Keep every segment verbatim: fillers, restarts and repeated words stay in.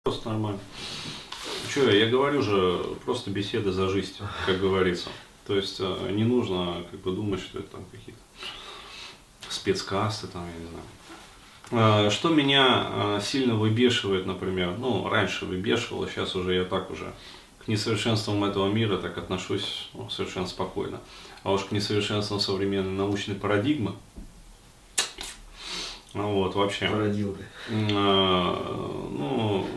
Просто нормально. Че, я говорю же, просто беседа за жизнь, как говорится. То есть не нужно как бы думать, что это там какие-то спецкасты, там, я не знаю. Что меня сильно выбешивает, например, ну, раньше выбешивало, сейчас уже я так уже к несовершенствам этого мира так отношусь, ну, совершенно спокойно. А уж к несовершенствам современной научной парадигмы, ну, вот, вообще. Породил ты. Ну,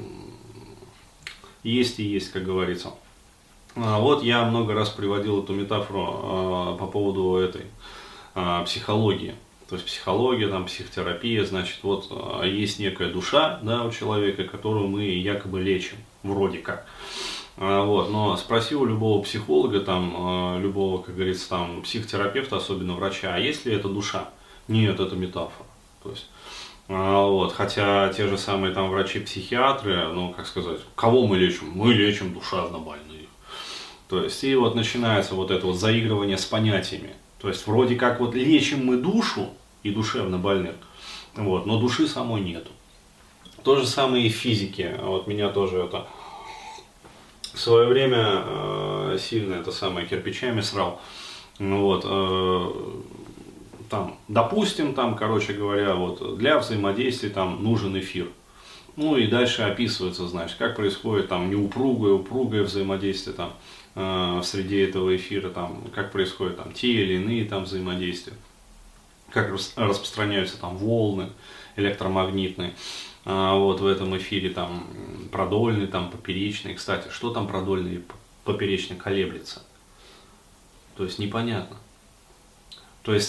есть и есть, как говорится. Вот я много раз приводил эту метафору по поводу этой психологии. То есть психология, там, психотерапия, значит, вот есть некая душа, да, у человека, которую мы якобы лечим, вроде как. Вот, но спроси у любого психолога, там, любого, как говорится, там, психотерапевта, особенно врача, а есть ли это душа? Нет, это метафора. То есть, вот, хотя те же самые там врачи-психиатры, ну, как сказать, кого мы лечим? Мы лечим душевнобольных. То есть, и вот начинается вот это вот заигрывание с понятиями. То есть, вроде как вот лечим мы душу и душевно больных, вот, но души самой нету. То же самое и в физике. Вот меня тоже это в свое время э, сильно это самое кирпичами срал. Вот, э, там, допустим, там, короче говоря, вот для взаимодействия там нужен эфир. Ну и дальше описывается, значит, как происходит там неупругое, упругое взаимодействие там э, в среде этого эфира, там, как происходят там те или иные там взаимодействия, как распространяются там волны электромагнитные, э, вот в этом эфире там продольный, там поперечный. Кстати, что там продольный и поперечный колеблется? То есть непонятно. То есть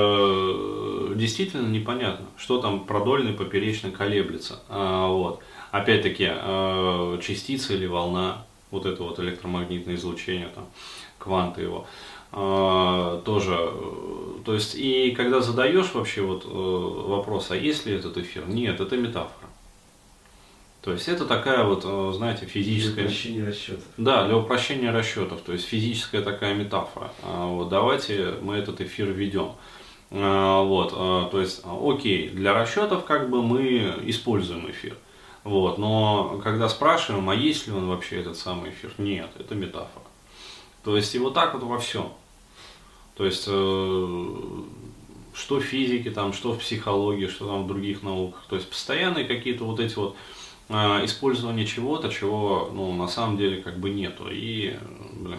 э, действительно непонятно, что там продольный, поперечный колеблется. А, вот. Опять-таки, э, частица или волна, вот это вот электромагнитное излучение, там, кванты его, э, тоже. То есть, и когда задаешь вообще вот, э, вопрос, а есть ли этот эфир? Нет, это метафора. То есть это такая вот, знаете, физическая... Для упрощения расчетов. Да, для упрощения расчетов, то есть физическая такая метафора. Вот, давайте мы этот эфир введем. Вот, то есть, окей, для расчетов как бы мы используем эфир. Вот, но когда спрашиваем, а есть ли он вообще этот самый эфир? Нет, это метафора. То есть и вот так вот во всем. То есть, что в физике, там, что в психологии, что там в других науках. То есть постоянные какие-то вот эти вот использование чего-то, чего, ну, на самом деле как бы нету. И, блин,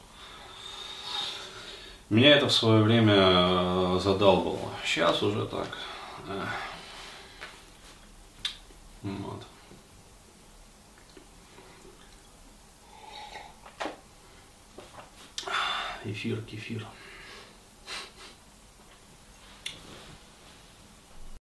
меня это в свое время задалбало. Сейчас уже так. Вот. Эфир, кефир.